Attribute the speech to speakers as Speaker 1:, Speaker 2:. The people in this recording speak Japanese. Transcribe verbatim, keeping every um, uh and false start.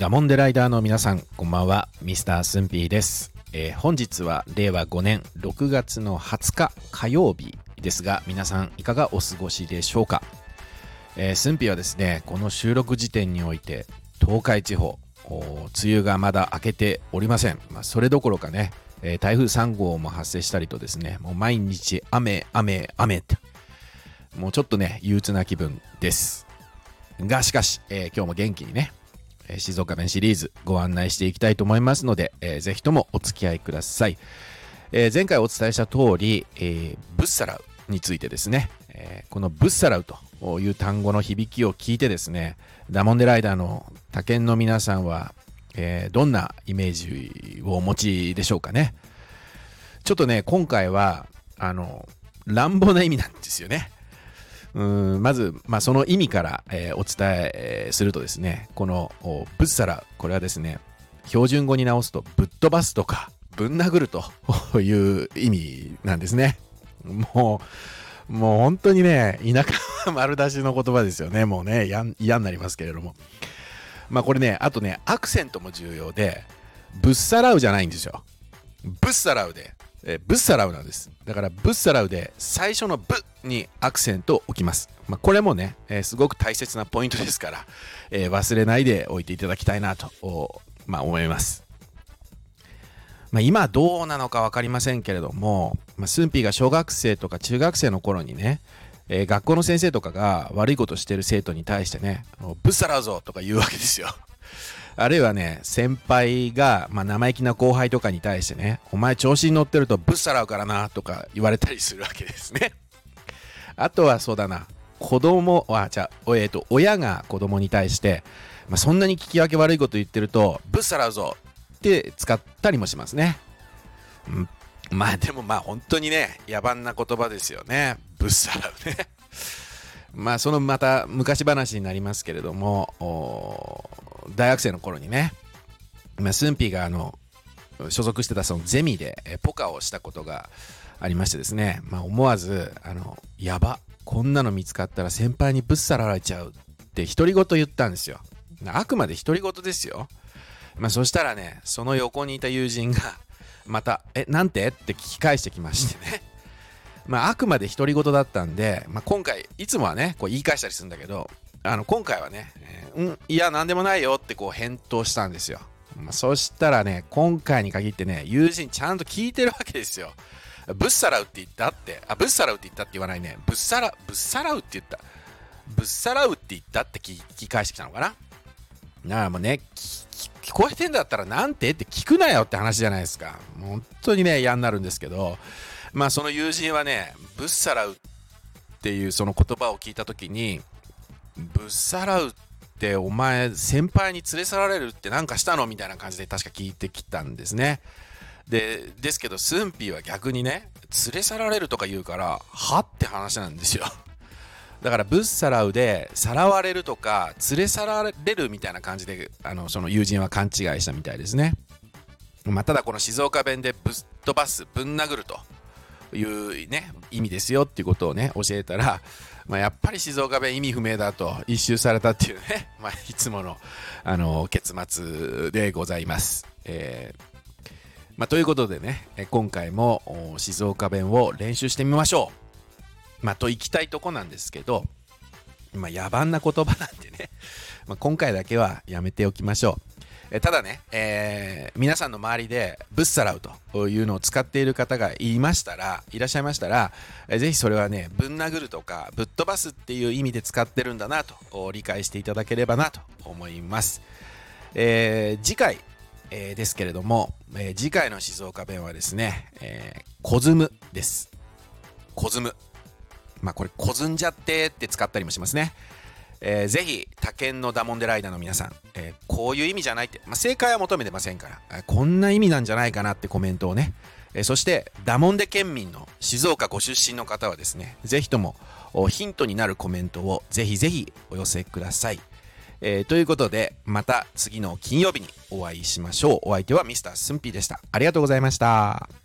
Speaker 1: ダモンデライダーの皆さん、こんばんは。ミスタースンピーです。えー、本日はれいわごねんろくがつのはつか火曜日ですが、皆さんいかがお過ごしでしょうか。えー、スンピーはですね、この収録時点において東海地方、梅雨がまだ明けておりません。まあ、それどころかね、えー、台風さんごうも発生したりとですね、もう毎日雨雨雨ってもうちょっとね憂鬱な気分ですが、しかし、えー、今日も元気にね静岡弁シリーズご案内していきたいと思いますので、えー、ぜひともお付き合いください。えー、前回お伝えした通り、えー、ブッサラウについてですね、えー、このブッサラウという単語の響きを聞いてですね、ダモンデライダーの他県の皆さんは、えー、どんなイメージをお持ちでしょうかね。ちょっとね、今回はあの乱暴な意味なんですよね。うーんまず、まあ、その意味から、えー、お伝えするとですね、このブッサラ、これはですね、標準語に直すとぶっ飛ばすとかぶん殴るという意味なんですね。もうもう本当にね、田舎丸出しの言葉ですよね。もうね、嫌になりますけれども、まあこれね、あとね、アクセントも重要で、ぶっさらうじゃないんですよ。ぶっさらうでえブッサラウなんです。だからブッサラウで最初のブにアクセントを置きます。まあ、これもね、えー、すごく大切なポイントですから、えー、忘れないでおいていただきたいなと、まあ、思います。まあ、今どうなのか分かりませんけれども、まあ、スンピーが小学生とか中学生の頃にね、えー、学校の先生とかが悪いことしてる生徒に対してね、ブッサラウぞとか言うわけですよ。あるいはね、先輩が、まあ、生意気な後輩とかに対してね、お前調子に乗ってるとぶっさらうからなとか言われたりするわけですね。あとはそうだな、子供はじゃあ、えーと、親が子供に対して、まあ、そんなに聞き分け悪いこと言ってるとぶっさらうぞって使ったりもしますね。うん、まあでもまあ本当にね、野蛮な言葉ですよね。ぶっさらうね。まあそのまた昔話になりますけれども、大学生の頃にね、スンピーがあの所属してたそのゼミでポカをしたことがありましてですね、まあ、思わずあのやば、こんなの見つかったら先輩にぶっさらわれちゃうって独り言言ったんですよ。あくまで独り言ですよ。まあ、そしたらね、その横にいた友人がまたえなんてって聞き返してきましてね。まあ、あくまで独り言だったんで、まあ、今回いつもはねこう言い返したりするんだけど、あの今回はね、えー、うんいやなんでもないよってこう返答したんですよ。まあ、そしたらね、今回に限ってね、友人ちゃんと聞いてるわけですよ。ぶっさらうって言ったってあぶっさらうって言ったって言わないね、ぶっさらぶっさらうって言ったぶっさらうって言ったって聞き返してきたのかな。だからもうね、聞こえてんだったらなんてって聞くなよって話じゃないですか。もう本当にね嫌になるんですけど、まあその友人はね、ぶっさらうっていうその言葉を聞いた時に、ぶっさらうってお前先輩に連れ去られるってなんかしたのみたいな感じで確か聞いてきたんですね。でですけどスンピーは逆にね、連れ去られるとか言うからはって話なんですよ。だからぶっさらうでさらわれるとか連れ去られるみたいな感じで、あのその友人は勘違いしたみたいですね。まあ、ただこの静岡弁でぶっ飛ばす、ぶん殴るというね意味ですよっていうことをね教えたら、まあ、やっぱり静岡弁意味不明だと一蹴されたっていうね、まあ、いつもの、あの結末でございます。えーまあ、ということでね、今回も静岡弁を練習してみましょう。まあ、といきたいとこなんですけど、まあ、野蛮な言葉なんでね、まあ、今回だけはやめておきましょう。ただね、えー、皆さんの周りでぶっさらうというのを使っている方がいましたらいらっしゃいましたら、えー、ぜひそれはね、ぶん殴るとかぶっ飛ばすっていう意味で使ってるんだなと理解していただければなと思います。えー、次回、えー、ですけれども、えー、次回の静岡弁はですね、えー、こずむです。こずむ、まあこれこずんじゃってって使ったりもしますね。えー、ぜひ他県のダモンデライダーの皆さん、えー、こういう意味じゃないって、まあ、正解は求めてませんから、えー、こんな意味なんじゃないかなってコメントをね、えー、そしてダモンデ県民の静岡ご出身の方はですね、ぜひともヒントになるコメントをぜひぜひお寄せください。えー、ということで、また次の金曜日にお会いしましょう。お相手はミスタースンピーでした。ありがとうございました。